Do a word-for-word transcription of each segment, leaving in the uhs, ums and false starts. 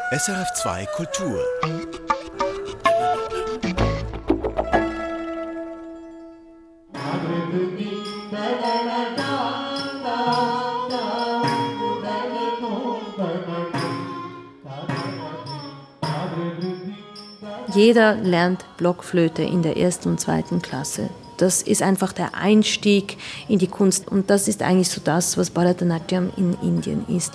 S R F zwei Kultur. Jeder lernt Blockflöte in der ersten und zweiten Klasse. Das ist einfach der Einstieg in die Kunst. Und das ist eigentlich so das, was Bharatanatyam in Indien ist.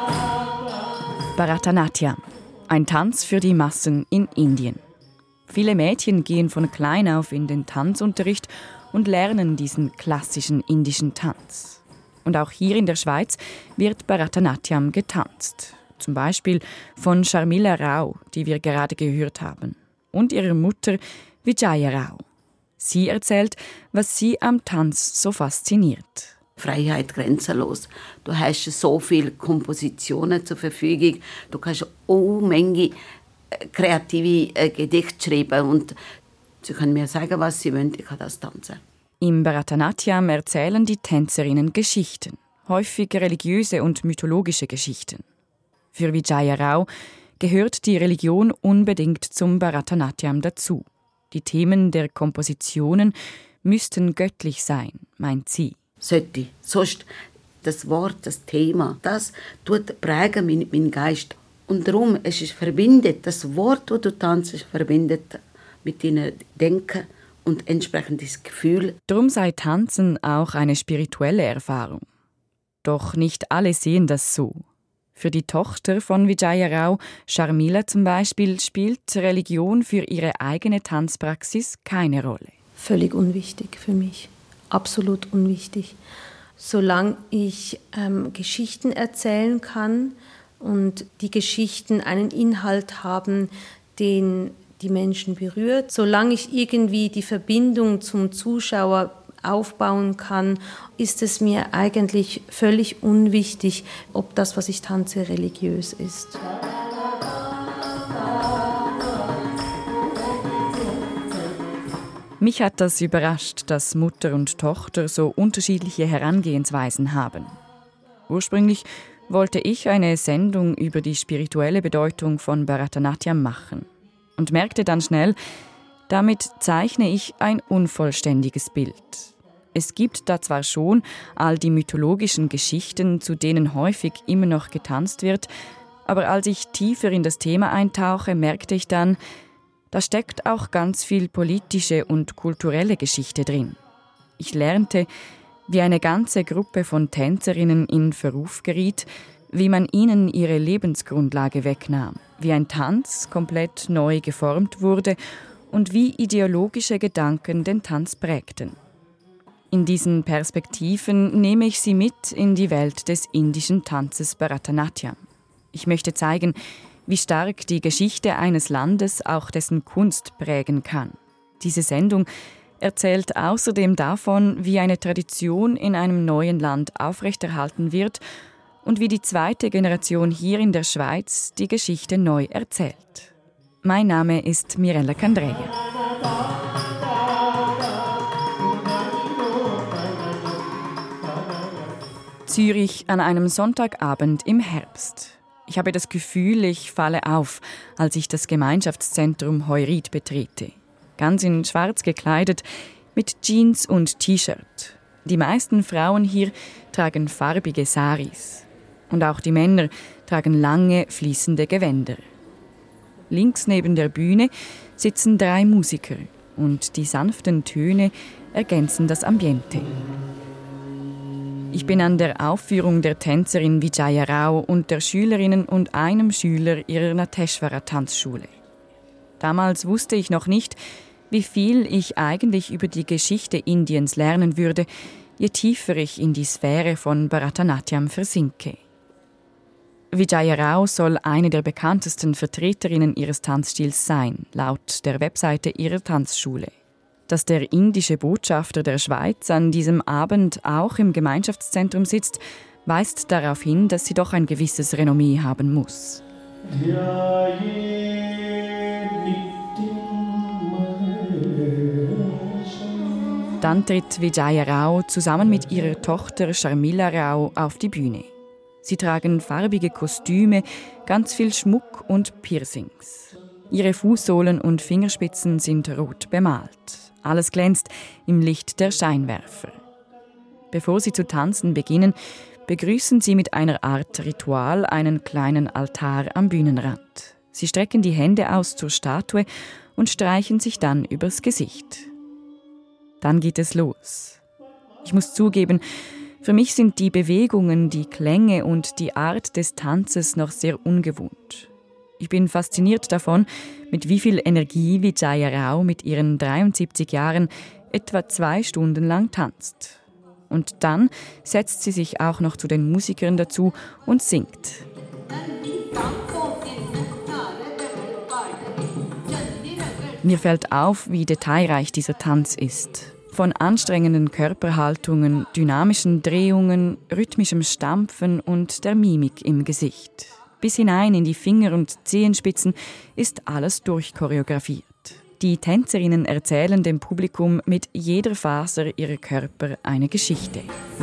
Bharatanatyam, ein Tanz für die Massen in Indien. Viele Mädchen gehen von klein auf in den Tanzunterricht und lernen diesen klassischen indischen Tanz. Und auch hier in der Schweiz wird Bharatanatyam getanzt. Zum Beispiel von Sharmila Rao, die wir gerade gehört haben, und ihrer Mutter Vijaya Rao. Sie erzählt, was sie am Tanz so fasziniert. Freiheit grenzenlos. Du hast so viele Kompositionen zur Verfügung. Du kannst Unmenge kreative Gedichte schreiben und sie können mir sagen, was sie wollen. Ich kann das tanzen. Im Bharatanatyam erzählen die Tänzerinnen Geschichten, häufig religiöse und mythologische Geschichten. Für Vijaya Rao gehört die Religion unbedingt zum Bharatanatyam dazu. Die Themen der Kompositionen müssten göttlich sein, meint sie. Sollte. Sonst das Wort, das Thema, das tut prägen meinen mein Geist. Und darum, es ist verbindet, das Wort, das du tanzt, verbindet mit deinem Denken und entsprechendes Gefühl. Darum sei Tanzen auch eine spirituelle Erfahrung. Doch nicht alle sehen das so. Für die Tochter von Vijaya Rao, Sharmila zum Beispiel, spielt Religion für ihre eigene Tanzpraxis keine Rolle. Völlig unwichtig für mich. Absolut unwichtig. Solange ich ähm, Geschichten erzählen kann und die Geschichten einen Inhalt haben, den die Menschen berührt, solange ich irgendwie die Verbindung zum Zuschauer aufbauen kann, ist es mir eigentlich völlig unwichtig, ob das, was ich tanze, religiös ist. Mich hat das überrascht, dass Mutter und Tochter so unterschiedliche Herangehensweisen haben. Ursprünglich wollte ich eine Sendung über die spirituelle Bedeutung von Bharatanatyam machen und merkte dann schnell, damit zeichne ich ein unvollständiges Bild. Es gibt da zwar schon all die mythologischen Geschichten, zu denen häufig immer noch getanzt wird, aber als ich tiefer in das Thema eintauche, merkte ich dann, da steckt auch ganz viel politische und kulturelle Geschichte drin. Ich lernte, wie eine ganze Gruppe von Tänzerinnen in Verruf geriet, wie man ihnen ihre Lebensgrundlage wegnahm, wie ein Tanz komplett neu geformt wurde und wie ideologische Gedanken den Tanz prägten. In diesen Perspektiven nehme ich Sie mit in die Welt des indischen Tanzes Bharatanatyam. Ich möchte zeigen, wie stark die Geschichte eines Landes auch dessen Kunst prägen kann. Diese Sendung erzählt außerdem davon, wie eine Tradition in einem neuen Land aufrechterhalten wird und wie die zweite Generation hier in der Schweiz die Geschichte neu erzählt. Mein Name ist Mirella Candreia. Zürich an einem Sonntagabend im Herbst. Ich habe das Gefühl, ich falle auf, als ich das Gemeinschaftszentrum Heurit betrete. Ganz in schwarz gekleidet, mit Jeans und T-Shirt. Die meisten Frauen hier tragen farbige Saris. Und auch die Männer tragen lange, fließende Gewänder. Links neben der Bühne sitzen drei Musiker und die sanften Töne ergänzen das Ambiente. Ich bin an der Aufführung der Tänzerin Vijaya Rao und der Schülerinnen und einem Schüler ihrer Nateshwara-Tanzschule. Damals wusste ich noch nicht, wie viel ich eigentlich über die Geschichte Indiens lernen würde, je tiefer ich in die Sphäre von Bharatanatyam versinke. Vijaya Rao soll eine der bekanntesten Vertreterinnen ihres Tanzstils sein, laut der Webseite ihrer Tanzschule. Dass der indische Botschafter der Schweiz an diesem Abend auch im Gemeinschaftszentrum sitzt, weist darauf hin, dass sie doch ein gewisses Renommee haben muss. Dann tritt Vijaya Rao zusammen mit ihrer Tochter Sharmila Rao auf die Bühne. Sie tragen farbige Kostüme, ganz viel Schmuck und Piercings. Ihre Fußsohlen und Fingerspitzen sind rot bemalt. Alles glänzt im Licht der Scheinwerfer. Bevor sie zu tanzen beginnen, begrüßen sie mit einer Art Ritual einen kleinen Altar am Bühnenrand. Sie strecken die Hände aus zur Statue und streichen sich dann übers Gesicht. Dann geht es los. Ich muss zugeben, für mich sind die Bewegungen, die Klänge und die Art des Tanzes noch sehr ungewohnt. Ich bin fasziniert davon, mit wie viel Energie Vijaya Rao mit ihren dreiundsiebzig Jahren etwa zwei Stunden lang tanzt. Und dann setzt sie sich auch noch zu den Musikern dazu und singt. Mir fällt auf, wie detailreich dieser Tanz ist. Von anstrengenden Körperhaltungen, dynamischen Drehungen, rhythmischem Stampfen und der Mimik im Gesicht. Bis hinein in die Finger- und Zehenspitzen ist alles durchchoreografiert. Die Tänzerinnen erzählen dem Publikum mit jeder Faser ihrer Körper eine Geschichte.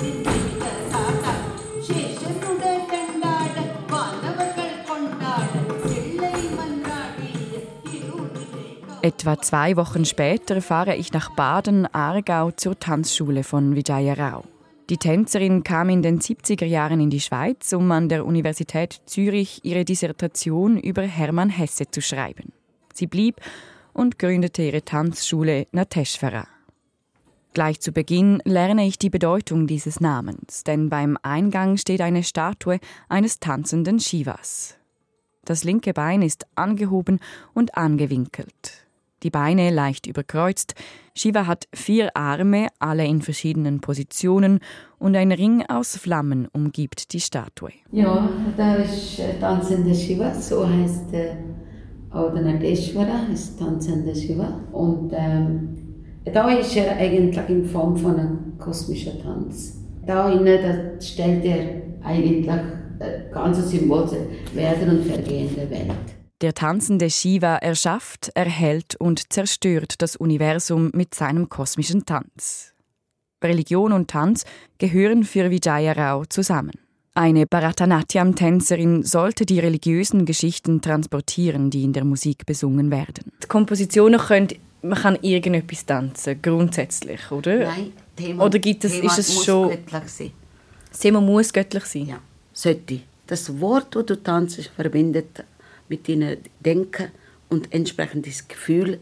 Etwa zwei Wochen später fahre ich nach Baden-Aargau zur Tanzschule von Vijaya Rao. Die Tänzerin kam in den siebziger Jahren in die Schweiz, um an der Universität Zürich ihre Dissertation über Hermann Hesse zu schreiben. Sie blieb und gründete ihre Tanzschule Nateshwara. Gleich zu Beginn lerne ich die Bedeutung dieses Namens, denn beim Eingang steht eine Statue eines tanzenden Shivas. Das linke Bein ist angehoben und angewinkelt. Die Beine leicht überkreuzt. Shiva hat vier Arme, alle in verschiedenen Positionen, und ein Ring aus Flammen umgibt die Statue. Ja, da ist äh, tanzende Shiva, so heißt äh, auch der Nateshwara, ist tanzende Shiva. Und ähm, da ist er eigentlich in Form von einem kosmischen Tanz. Da innen stellt er eigentlich das ganze Symbol der Werden und Vergehen der Welt. Der tanzende Shiva erschafft, erhält und zerstört das Universum mit seinem kosmischen Tanz. Religion und Tanz gehören für Vijaya Rao zusammen. Eine Bharatanatyam-Tänzerin sollte die religiösen Geschichten transportieren, die in der Musik besungen werden. Die Kompositionen können, man kann irgendetwas tanzen, grundsätzlich, oder? Nein, Thema, oder gibt es, Thema ist es muss schon, göttlich sein. Das Thema muss göttlich sein? Ja, sollte. Das Wort, das du tanzt, verbindet mit deinem Denken und entsprechendes Gefühl.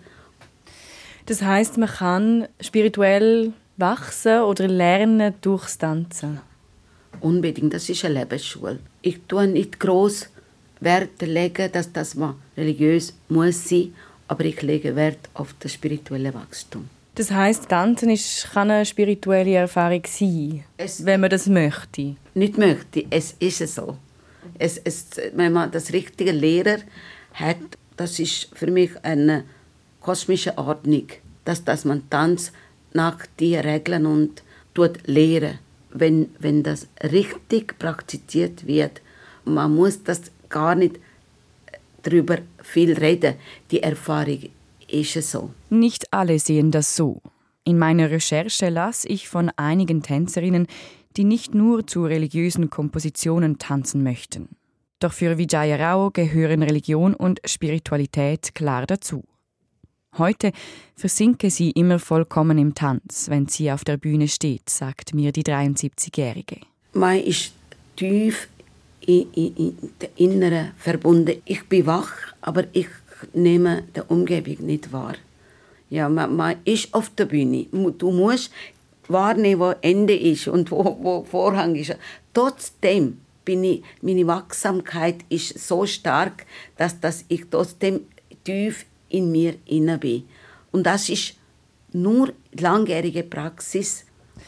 Das heisst, man kann spirituell wachsen oder lernen durchs Tanzen? Unbedingt, das ist eine Lebensschule. Ich tue nicht gross Wert legen, dass das man religiös muss sein, aber ich lege Wert auf das spirituelle Wachstum. Das heisst, Tanzen ist, kann eine spirituelle Erfahrung sein, es, wenn man das möchte? Nicht möchte, es ist so. Es, es, wenn man das richtige Lehrer hat, das ist für mich eine kosmische Ordnung, dass, dass man Tanz nach den Regeln und tut lehren. Wenn, wenn das richtig praktiziert wird, man muss das gar nicht darüber viel reden. Die Erfahrung ist so. Nicht alle sehen das so. In meiner Recherche las ich von einigen Tänzerinnen, die nicht nur zu religiösen Kompositionen tanzen möchten. Doch für Vijaya Rao gehören Religion und Spiritualität klar dazu. Heute versinke sie immer vollkommen im Tanz, wenn sie auf der Bühne steht, sagt mir die dreiundsiebzigjährige. Man ist tief in, in, in der Inneren verbunden. Ich bin wach, aber ich nehme die Umgebung nicht wahr. Ja, man, man ist auf der Bühne. Du musst wahrnehmen, wo Ende ist und wo, wo Vorhang ist. Trotzdem bin ich, meine Wachsamkeit ist so stark, dass, dass ich trotzdem tief in mir inne bin. Und das ist nur langjährige Praxis.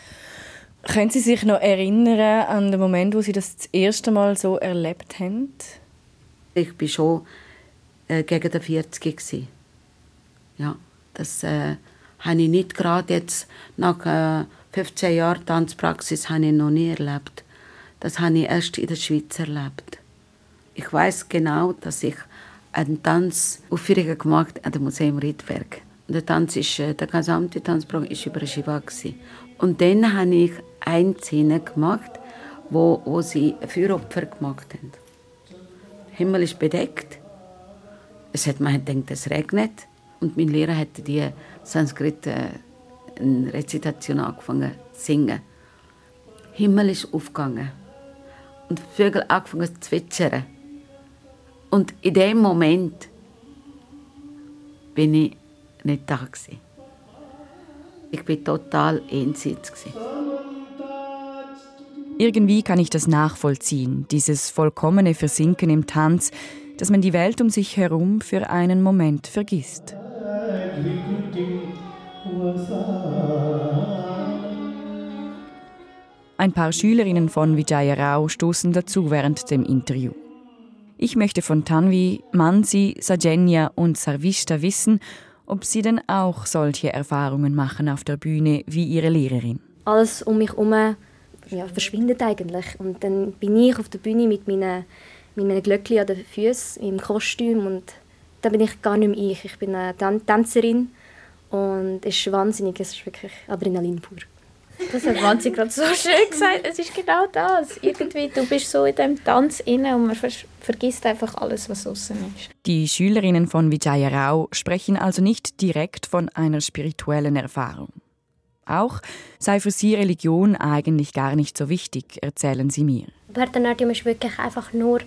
Können Sie sich noch erinnern an den Moment, wo Sie das das erste Mal so erlebt haben? Ich war schon äh, gegen den vierzig. Ja, das äh, habe ich nicht gerade jetzt nach äh, fünfzehn Jahren Tanzpraxis habe ich noch nie erlebt. Das habe ich erst in der Schweiz erlebt. Ich weiß genau, dass ich einen Tanzaufführung gemacht habe an dem Museum Riedberg. Der Tanz ist, der gesamte Tanzprogramm war über Shiva. Und dann habe ich eine Szene gemacht, wo, wo sie Feueropfer gemacht haben. Der Himmel ist bedeckt. Es hat, man hat gedacht, es regnet. Und mein Lehrer hat die Sanskrit äh, eine Rezitation angefangen zu singen. Der Himmel ist aufgegangen. Und die Vögel angefangen zu zwitschern. Und in dem Moment bin ich nicht da gewesen. Ich war total einseitig. Irgendwie kann ich das nachvollziehen, dieses vollkommene Versinken im Tanz, dass man die Welt um sich herum für einen Moment vergisst. Ein paar Schülerinnen von Vijaya Rao stoßen dazu während dem Interview. Ich möchte von Tanvi, Mansi, Sajenya und Sarvishta wissen, ob sie denn auch solche Erfahrungen machen auf der Bühne wie ihre Lehrerin. Alles um mich herum ja, verschwindet eigentlich. Und dann bin ich auf der Bühne mit meinen, mit meinen Glöckchen an den Füßen, im Kostüm. Und dann bin ich gar nicht mehr ich. Ich bin eine Tänzerin und es ist wahnsinnig. Es ist wirklich Adrenalin pur. Das hat Manzi gerade so schön gesagt. Es ist genau das. Irgendwie, du bist so in diesem Tanz inne und man ver- vergisst einfach alles, was außen ist. Die Schülerinnen von Vijaya Rao sprechen also nicht direkt von einer spirituellen Erfahrung. Auch sei für sie Religion eigentlich gar nicht so wichtig, erzählen sie mir. Bharatanatyam ist wirklich einfach nur,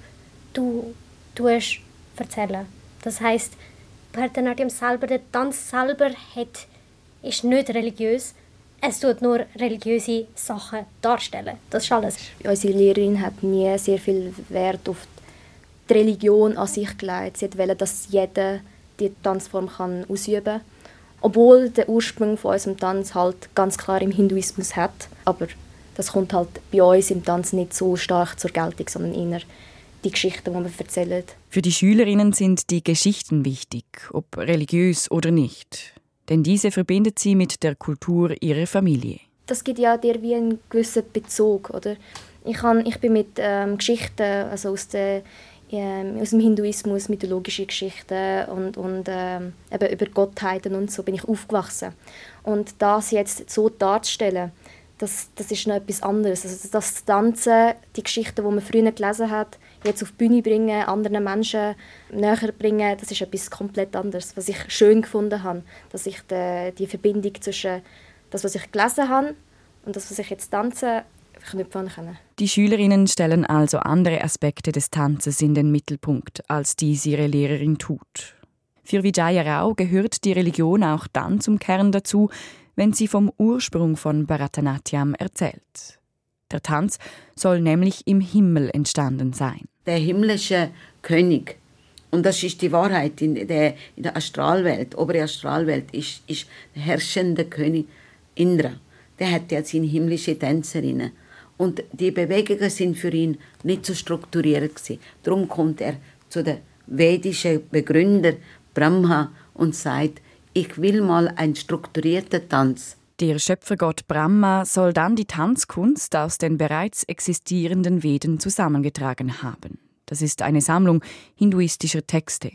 du tust erzählen. Das heisst, Bharatanatyam selber, der Tanz selber hat, ist nicht religiös. Es tut nur religiöse Sachen darstellen. Das ist alles. Unsere Lehrerin hat nie sehr viel Wert auf die Religion an sich gelegt. Sie wollte, dass jeder diese Tanzform kann ausüben kann. Obwohl der Ursprung von unserem Tanz halt ganz klar im Hinduismus hat. Aber das kommt halt bei uns im Tanz nicht so stark zur Geltung, sondern eher die Geschichten, die wir erzählen. Für die Schülerinnen sind die Geschichten wichtig, ob religiös oder nicht. Denn diese verbindet sie mit der Kultur ihrer Familie. Das gibt ja dir wie einen gewissen Bezug, oder? Ich, kann, ich bin mit ähm, Geschichten, also aus, der, ähm, aus dem Hinduismus, mythologische Geschichten und, und ähm, eben über Gottheiten und so bin ich aufgewachsen. Und das jetzt so darzustellen, das, das ist noch etwas anderes. Also das Tanzen, die Geschichten, die man früher gelesen hat, jetzt auf die Bühne bringen, anderen Menschen näher bringen, das ist etwas komplett anderes. Was ich schön gefunden habe, dass ich die, die Verbindung zwischen das, was ich gelesen habe und das, was ich jetzt tanze, knüpfen kann. Die Schülerinnen stellen also andere Aspekte des Tanzes in den Mittelpunkt, als dies ihre Lehrerin tut. Für Vijaya Rao gehört die Religion auch dann zum Kern dazu, wenn sie vom Ursprung von Bharatanatyam erzählt. Der Tanz soll nämlich im Himmel entstanden sein. Der himmlische König, und das ist die Wahrheit in der, in der Astralwelt, obere Astralwelt, ist, ist der herrschende König Indra. Der hat ja seine himmlische Tänzerinnen. Und die Bewegungen sind für ihn nicht so strukturiert gewesen. Darum kommt er zu den vedischen Begründer Brahma und sagt, ich will mal einen strukturierten Tanz. Der Schöpfergott Brahma soll dann die Tanzkunst aus den bereits existierenden Veden zusammengetragen haben. Das ist eine Sammlung hinduistischer Texte.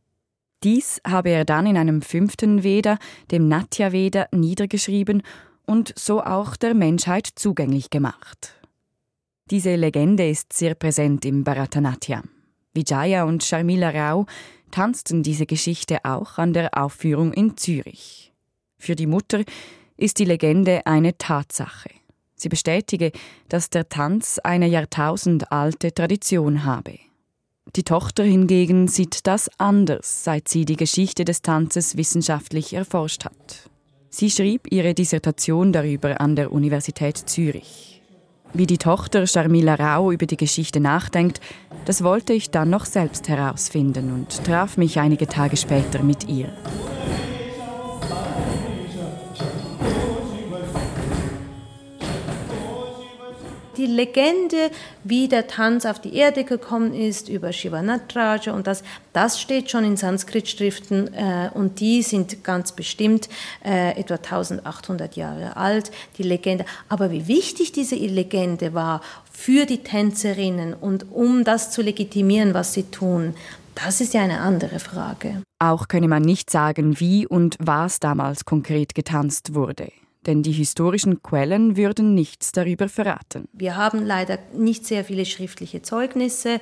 Dies habe er dann in einem fünften Veda, dem Natya Veda, niedergeschrieben und so auch der Menschheit zugänglich gemacht. Diese Legende ist sehr präsent im Bharatanatyam. Vijaya und Sharmila Rao tanzten diese Geschichte auch an der Aufführung in Zürich. Für die Mutter ist die Legende eine Tatsache. Sie bestätige, dass der Tanz eine jahrtausendalte Tradition habe. Die Tochter hingegen sieht das anders, seit sie die Geschichte des Tanzes wissenschaftlich erforscht hat. Sie schrieb ihre Dissertation darüber an der Universität Zürich. Wie die Tochter Sharmila Rao über die Geschichte nachdenkt, das wollte ich dann noch selbst herausfinden und traf mich einige Tage später mit ihr. Die Legende, wie der Tanz auf die Erde gekommen ist, über Shiva Nataraja, und das, das steht schon in Sanskrit-Schriften äh, und die sind ganz bestimmt äh, etwa eintausendachthundert Jahre alt, die Legende. Aber wie wichtig diese Legende war für die Tänzerinnen und um das zu legitimieren, was sie tun, das ist ja eine andere Frage. Auch könne man nicht sagen, wie und was damals konkret getanzt wurde. denn die historischen Quellen würden nichts darüber verraten. Wir haben leider nicht sehr viele schriftliche Zeugnisse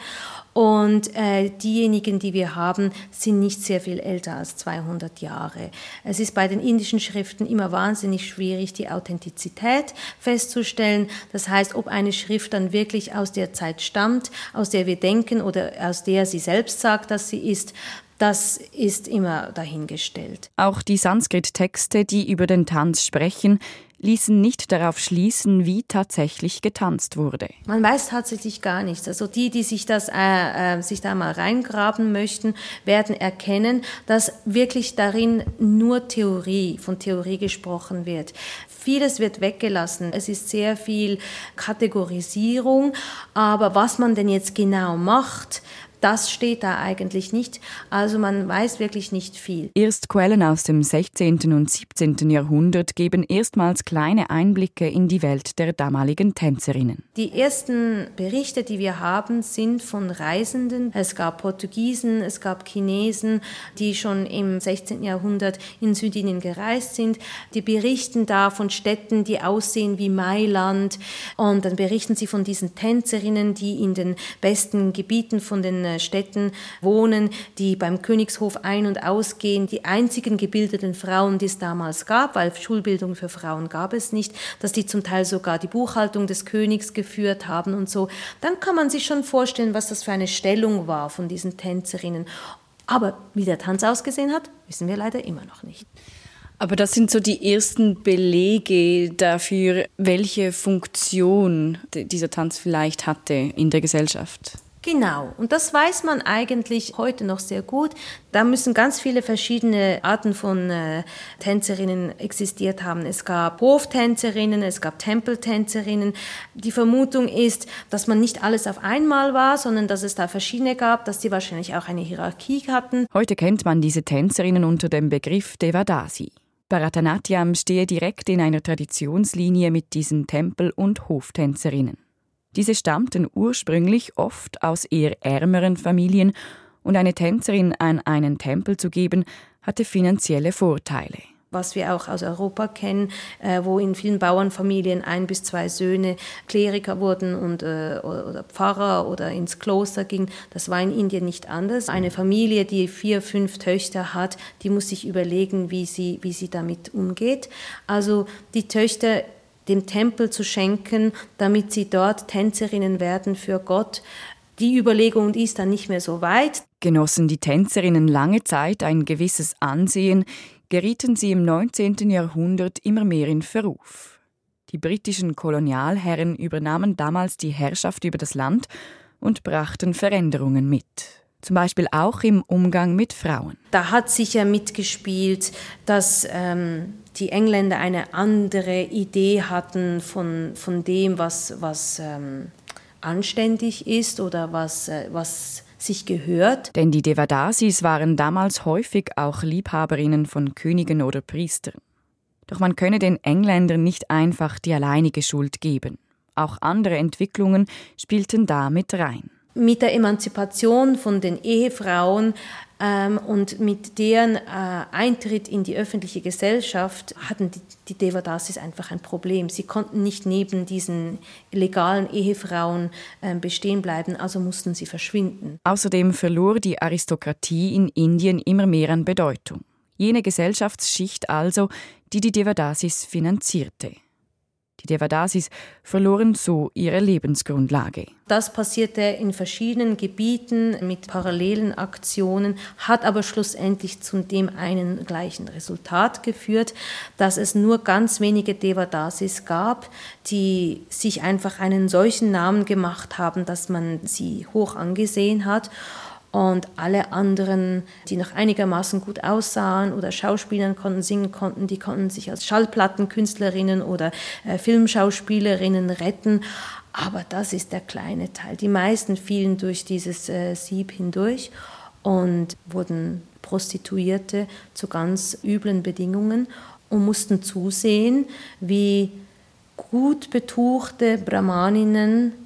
und äh, diejenigen, die wir haben, sind nicht sehr viel älter als zweihundert Jahre. Es ist bei den indischen Schriften immer wahnsinnig schwierig, die Authentizität festzustellen. Das heißt, ob eine Schrift dann wirklich aus der Zeit stammt, aus der wir denken oder aus der sie selbst sagt, dass sie ist, das ist immer dahingestellt. Auch die Sanskrit-Texte, die über den Tanz sprechen, ließen nicht darauf schließen, wie tatsächlich getanzt wurde. Man weiß tatsächlich gar nichts. Also die, die sich, das, äh, äh, sich da mal reingraben möchten, werden erkennen, dass wirklich darin nur Theorie, von Theorie gesprochen wird. Vieles wird weggelassen. Es ist sehr viel Kategorisierung. Aber was man denn jetzt genau macht, das steht da eigentlich nicht, also man weiß wirklich nicht viel. Erst Quellen aus dem sechzehnten und siebzehnten Jahrhundert geben erstmals kleine Einblicke in die Welt der damaligen Tänzerinnen. Die ersten Berichte, die wir haben, sind von Reisenden. Es gab Portugiesen, es gab Chinesen, die schon im sechzehnten Jahrhundert in Südindien gereist sind. Die berichten da von Städten, die aussehen wie Mailand. Und dann berichten sie von diesen Tänzerinnen, die in den besten Gebieten von den Städten wohnen, die beim Königshof ein- und ausgehen, die einzigen gebildeten Frauen, die es damals gab, weil Schulbildung für Frauen gab es nicht, dass die zum Teil sogar die Buchhaltung des Königs geführt haben und so. Dann kann man sich schon vorstellen, was das für eine Stellung war von diesen Tänzerinnen. Aber wie der Tanz ausgesehen hat, wissen wir leider immer noch nicht. Aber das sind so die ersten Belege dafür, welche Funktion dieser Tanz vielleicht hatte in der Gesellschaft. Genau, und das weiß man eigentlich heute noch sehr gut. Da müssen ganz viele verschiedene Arten von äh, Tänzerinnen existiert haben. Es gab Hoftänzerinnen, es gab Tempeltänzerinnen. Die Vermutung ist, dass man nicht alles auf einmal war, sondern dass es da verschiedene gab, dass die wahrscheinlich auch eine Hierarchie hatten. Heute kennt man diese Tänzerinnen unter dem Begriff Devadasi. Bharatanatyam stehe direkt in einer Traditionslinie mit diesen Tempel- und Hoftänzerinnen. Diese stammten ursprünglich oft aus eher ärmeren Familien und eine Tänzerin an einen Tempel zu geben, hatte finanzielle Vorteile. Was wir auch aus Europa kennen, äh, wo in vielen Bauernfamilien ein bis zwei Söhne Kleriker wurden und, äh, oder Pfarrer oder ins Kloster gingen. Das war in Indien nicht anders. Eine Familie, die vier, fünf Töchter hat, die muss sich überlegen, wie sie, wie sie damit umgeht. Also die Töchter dem Tempel zu schenken, damit sie dort Tänzerinnen werden für Gott. Die Überlegung ist dann nicht mehr so weit. Genossen die Tänzerinnen lange Zeit ein gewisses Ansehen, gerieten sie im neunzehnten Jahrhundert immer mehr in Verruf. Die britischen Kolonialherren übernahmen damals die Herrschaft über das Land und brachten Veränderungen mit. Zum Beispiel auch im Umgang mit Frauen. Da hat sicher mitgespielt, dass ähm, die Engländer eine andere Idee hatten von, von dem, was, was ähm, anständig ist oder was, äh, was sich gehört. Denn die Devadasis waren damals häufig auch Liebhaberinnen von Königen oder Priestern. Doch man könne den Engländern nicht einfach die alleinige Schuld geben. Auch andere Entwicklungen spielten da mit rein. Mit der Emanzipation von den Ehefrauen ähm, und mit deren äh, Eintritt in die öffentliche Gesellschaft hatten die, die Devadasis einfach ein Problem. Sie konnten nicht neben diesen legalen Ehefrauen äh, bestehen bleiben, also mussten sie verschwinden. Außerdem verlor die Aristokratie in Indien immer mehr an Bedeutung. Jene Gesellschaftsschicht also, die die Devadasis finanzierte. Die Devadasis verloren so ihre Lebensgrundlage. Das passierte in verschiedenen Gebieten mit parallelen Aktionen, hat aber schlussendlich zu dem einen gleichen Resultat geführt, dass es nur ganz wenige Devadasis gab, die sich einfach einen solchen Namen gemacht haben, dass man sie hoch angesehen hat. Und alle anderen, die noch einigermaßen gut aussahen oder Schauspielern konnten, singen konnten, die konnten sich als Schallplattenkünstlerinnen oder äh, Filmschauspielerinnen retten. Aber das ist der kleine Teil. Die meisten fielen durch dieses äh, Sieb hindurch und wurden Prostituierte zu ganz üblen Bedingungen und mussten zusehen, wie gut betuchte Brahmaninnen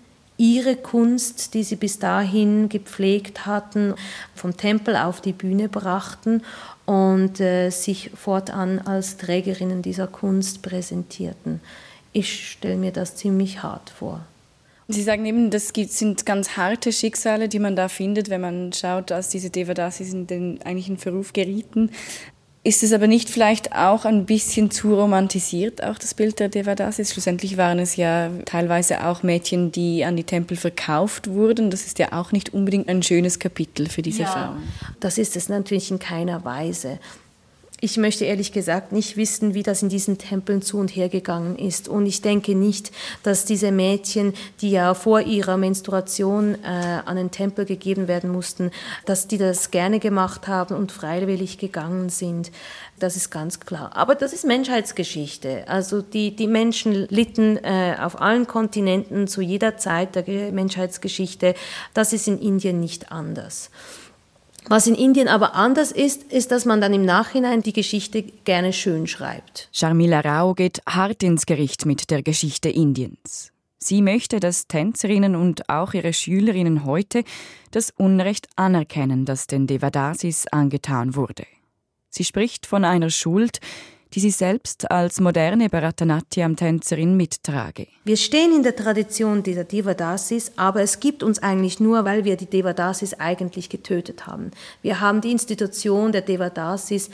ihre Kunst, die sie bis dahin gepflegt hatten, vom Tempel auf die Bühne brachten und äh, sich fortan als Trägerinnen dieser Kunst präsentierten. Ich stelle mir das ziemlich hart vor. Sie sagen eben, das sind ganz harte Schicksale, die man da findet, wenn man schaut, dass diese Devadasis in den eigentlichen Verruf gerieten. Ist es aber nicht vielleicht auch ein bisschen zu romantisiert, auch das Bild der Devadasis? Schlussendlich waren es ja teilweise auch Mädchen, die an die Tempel verkauft wurden. Das ist ja auch nicht unbedingt ein schönes Kapitel für diese ja, Frauen. Das ist es natürlich in keiner Weise. Ich möchte ehrlich gesagt nicht wissen, wie das in diesen Tempeln zu und her gegangen ist. Und ich denke nicht, dass diese Mädchen, die ja vor ihrer Menstruation äh, an den Tempel gegeben werden mussten, dass die das gerne gemacht haben und freiwillig gegangen sind. Das ist ganz klar. Aber das ist Menschheitsgeschichte. Also die, die Menschen litten äh, auf allen Kontinenten zu jeder Zeit der Menschheitsgeschichte. Das ist in Indien nicht anders. Was in Indien aber anders ist, ist, dass man dann im Nachhinein die Geschichte gerne schön schreibt. Sharmila Rao geht hart ins Gericht mit der Geschichte Indiens. Sie möchte, dass Tänzerinnen und auch ihre Schülerinnen heute das Unrecht anerkennen, das den Devadasis angetan wurde. Sie spricht von einer Schuld, die sie selbst als moderne Bharatanatyam-Tänzerin mittrage. Wir stehen in der Tradition dieser Devadasis, aber es gibt uns eigentlich nur, weil wir die Devadasis eigentlich getötet haben. Wir haben die Institution der Devadasis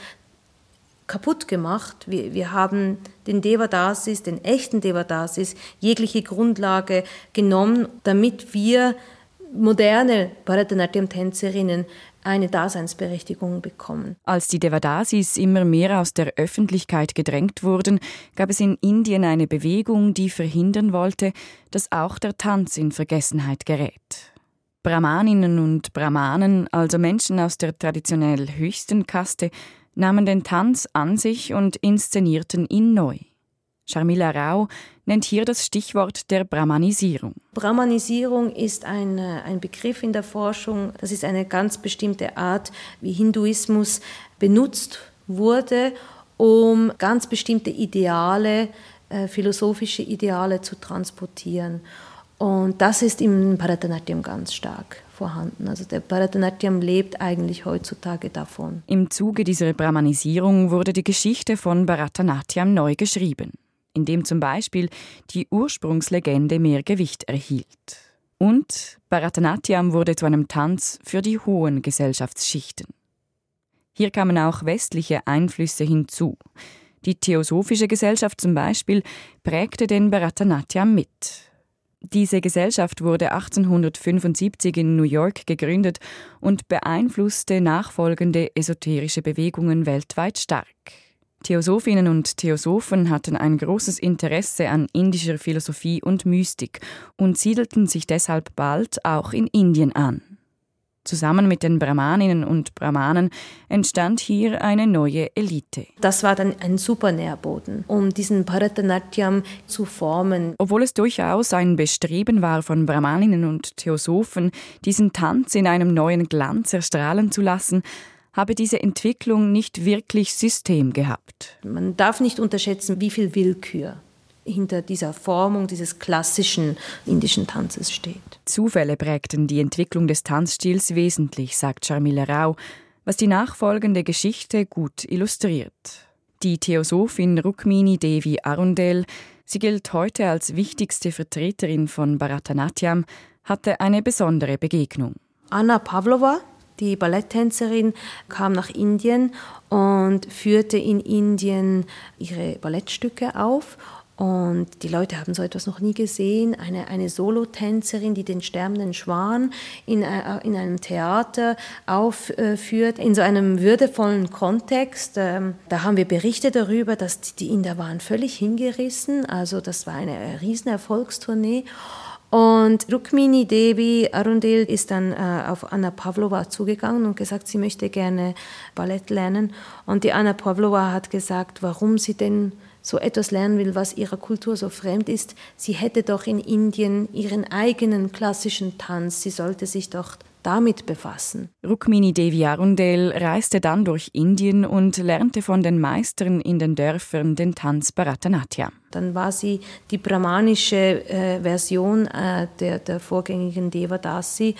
kaputt gemacht. Wir, wir haben den Devadasis, den echten Devadasis, jegliche Grundlage genommen, damit wir moderne Bharatanatyam-Tänzerinnen eine Daseinsberechtigung bekommen. Als die Devadasis immer mehr aus der Öffentlichkeit gedrängt wurden, gab es in Indien eine Bewegung, die verhindern wollte, dass auch der Tanz in Vergessenheit gerät. Brahmaninnen und Brahmanen, also Menschen aus der traditionell höchsten Kaste, nahmen den Tanz an sich und inszenierten ihn neu. Sharmila Rao nennt hier das Stichwort der Brahmanisierung. Brahmanisierung ist ein, ein Begriff in der Forschung. Das ist eine ganz bestimmte Art, wie Hinduismus benutzt wurde, um ganz bestimmte Ideale, äh, philosophische Ideale zu transportieren. Und das ist im Bharatanatyam ganz stark vorhanden. Also der Bharatanatyam lebt eigentlich heutzutage davon. Im Zuge dieser Brahmanisierung wurde die Geschichte von Bharatanatyam neu geschrieben, indem zum Beispiel die Ursprungslegende mehr Gewicht erhielt. Und Bharatanatyam wurde zu einem Tanz für die hohen Gesellschaftsschichten. Hier kamen auch westliche Einflüsse hinzu. Die Theosophische Gesellschaft zum Beispiel prägte den Bharatanatyam mit. Diese Gesellschaft wurde achtzehnhundertfünfundsiebzig in New York gegründet und beeinflusste nachfolgende esoterische Bewegungen weltweit stark. Theosophinnen und Theosophen hatten ein großes Interesse an indischer Philosophie und Mystik und siedelten sich deshalb bald auch in Indien an. Zusammen mit den Brahmaninnen und Brahmanen entstand hier eine neue Elite. Das war dann ein super Nährboden, um diesen Bharatanatyam zu formen. Obwohl es durchaus ein Bestreben war von Brahmaninnen und Theosophen, diesen Tanz in einem neuen Glanz erstrahlen zu lassen, habe diese Entwicklung nicht wirklich System gehabt. Man darf nicht unterschätzen, wie viel Willkür hinter dieser Formung dieses klassischen indischen Tanzes steht. Zufälle prägten die Entwicklung des Tanzstils wesentlich, sagt Sharmila Rao, was die nachfolgende Geschichte gut illustriert. Die Theosophin Rukmini Devi Arundel, sie gilt heute als wichtigste Vertreterin von Bharatanatyam, hatte eine besondere Begegnung. Anna Pavlova, die Balletttänzerin, kam nach Indien und führte in Indien ihre Ballettstücke auf. Und die Leute haben so etwas noch nie gesehen. Eine, eine Solotänzerin, die den sterbenden Schwan in, äh, in einem Theater aufführt, in so einem würdevollen Kontext. Ähm, da haben wir Berichte darüber, dass die, die Inder waren völlig hingerissen. Also das war eine riesen Erfolgstournee. Und Rukmini Devi Arundel ist dann äh, auf Anna Pavlova zugegangen und gesagt, sie möchte gerne Ballett lernen. Und die Anna Pavlova hat gesagt, warum sie denn so etwas lernen will, was ihrer Kultur so fremd ist. Sie hätte doch in Indien ihren eigenen klassischen Tanz. Sie sollte sich doch damit befassen. Rukmini Devi Arundel reiste dann durch Indien und lernte von den Meistern in den Dörfern den Tanz Bharatanatyam. Dann war sie die brahmanische äh, Version äh, der, der vorgängigen Devadasi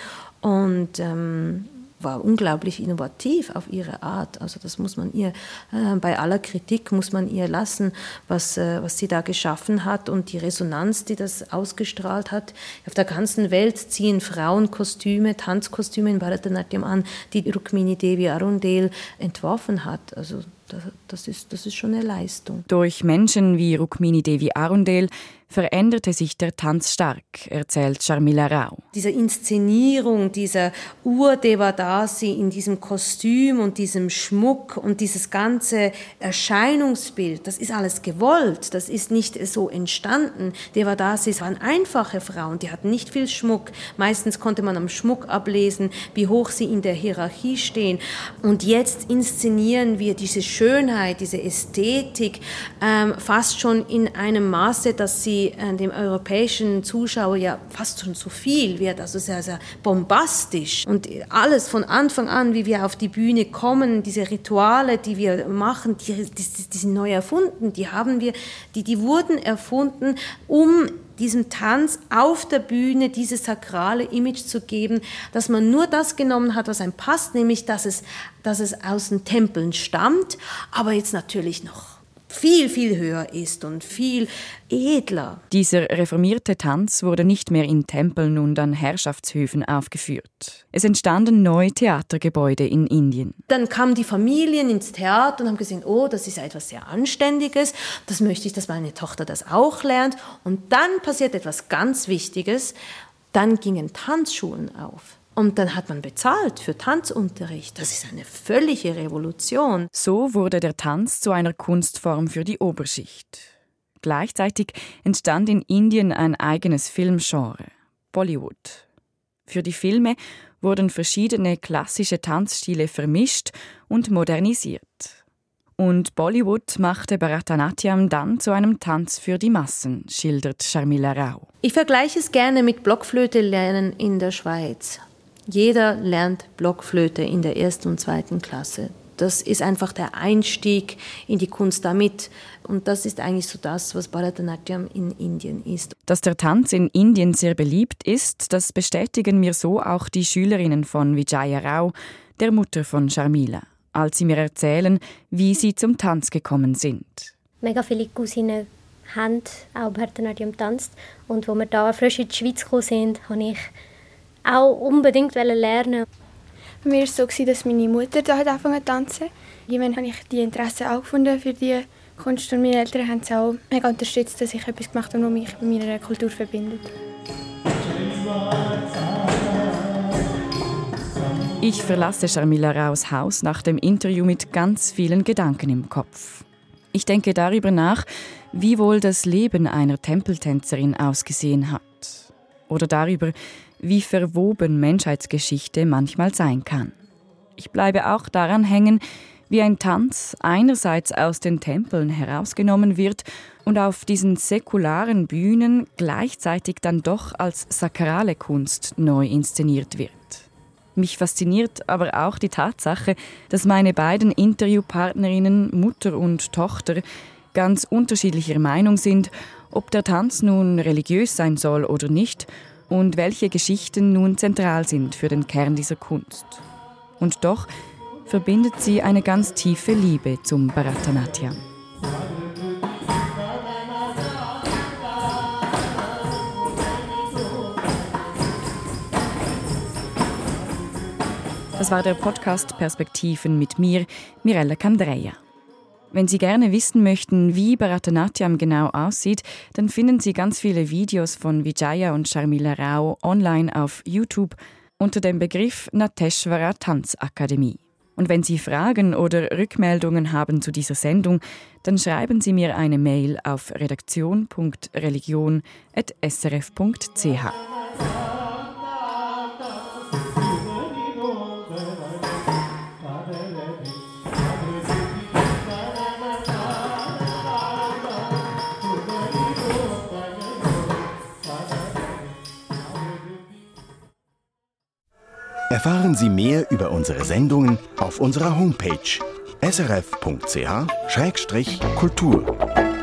und ähm, war unglaublich innovativ auf ihre Art. Also das muss man ihr, äh, bei aller Kritik muss man ihr lassen, was, äh, was sie da geschaffen hat und die Resonanz, die das ausgestrahlt hat. Auf der ganzen Welt ziehen Frauen Kostüme, Tanzkostüme in Bharatanatyam an, die Rukmini Devi Arundel entworfen hat. Also das, das, ist, das ist schon eine Leistung. Durch Menschen wie Rukmini Devi Arundel veränderte sich der Tanz stark, erzählt Sharmila Rao. Diese Inszenierung dieser Ur-Devadasi in diesem Kostüm und diesem Schmuck und dieses ganze Erscheinungsbild, das ist alles gewollt, das ist nicht so entstanden. Devadasis waren einfache Frauen, die hatten nicht viel Schmuck. Meistens konnte man am Schmuck ablesen, wie hoch sie in der Hierarchie stehen. Und jetzt inszenieren wir diese Schönheit, diese Ästhetik ähm, fast schon in einem Maße, dass sie dem europäischen Zuschauer ja fast schon zu viel wird, also sehr, sehr bombastisch. Und alles von Anfang an, wie wir auf die Bühne kommen, diese Rituale, die wir machen, die, die, die sind neu erfunden, die haben wir, die, die wurden erfunden, um diesem Tanz auf der Bühne dieses sakrale Image zu geben, dass man nur das genommen hat, was einem passt, nämlich dass es, dass es aus den Tempeln stammt, aber jetzt natürlich noch viel, viel höher ist und viel edler. Dieser reformierte Tanz wurde nicht mehr in Tempeln und an Herrschaftshöfen aufgeführt. Es entstanden neue Theatergebäude in Indien. Dann kamen die Familien ins Theater und haben gesehen, oh, das ist ja etwas sehr Anständiges, das möchte ich, dass meine Tochter das auch lernt. Und dann passiert etwas ganz Wichtiges, dann gingen Tanzschulen auf. Und dann hat man bezahlt für Tanzunterricht. Das ist eine völlige Revolution. So wurde der Tanz zu einer Kunstform für die Oberschicht. Gleichzeitig entstand in Indien ein eigenes Filmgenre, Bollywood. Für die Filme wurden verschiedene klassische Tanzstile vermischt und modernisiert. Und Bollywood machte Bharatanatyam dann zu einem Tanz für die Massen, schildert Sharmila Rao. Ich vergleiche es gerne mit Blockflöte lernen in der Schweiz. Jeder lernt Blockflöte in der ersten und zweiten Klasse. Das ist einfach der Einstieg in die Kunst damit. Und das ist eigentlich so das, was Bharatanatyam in Indien ist. Dass der Tanz in Indien sehr beliebt ist, das bestätigen mir so auch die Schülerinnen von Vijaya Rao, der Mutter von Sharmila, als sie mir erzählen, wie sie zum Tanz gekommen sind. Mega viele Cousinen haben auch Bharatanatyam getanzt. Und als wir da frisch in die Schweiz gekommen sind, habe ich auch unbedingt lernen. Bei mir war es so, dass meine Mutter da angefangen zu tanzen. Irgendwann habe ich die Interesse auch gefunden für die Kunst und meine Eltern haben es auch mega unterstützt, dass ich etwas gemacht habe, das mich mit meiner Kultur verbindet. Ich verlasse Sharmila Raos Haus nach dem Interview mit ganz vielen Gedanken im Kopf. Ich denke darüber nach, wie wohl das Leben einer Tempeltänzerin ausgesehen hat. Oder darüber, wie verwoben Menschheitsgeschichte manchmal sein kann. Ich bleibe auch daran hängen, wie ein Tanz einerseits aus den Tempeln herausgenommen wird und auf diesen säkularen Bühnen gleichzeitig dann doch als sakrale Kunst neu inszeniert wird. Mich fasziniert aber auch die Tatsache, dass meine beiden Interviewpartnerinnen, Mutter und Tochter, ganz unterschiedlicher Meinung sind, ob der Tanz nun religiös sein soll oder nicht und welche Geschichten nun zentral sind für den Kern dieser Kunst. Und doch verbindet sie eine ganz tiefe Liebe zum Bharatanatyam. Das war der Podcast Perspektiven mit mir, Mirella Candreia. Wenn Sie gerne wissen möchten, wie Bharatanatyam genau aussieht, dann finden Sie ganz viele Videos von Vijaya und Sharmila Rao online auf YouTube unter dem Begriff Nateshwara Tanzakademie. Und wenn Sie Fragen oder Rückmeldungen haben zu dieser Sendung, dann schreiben Sie mir eine Mail auf redaktion punkt religion at s r f punkt c h. Erfahren Sie mehr über unsere Sendungen auf unserer Homepage s r f punkt c h Schrägstrich Kultur.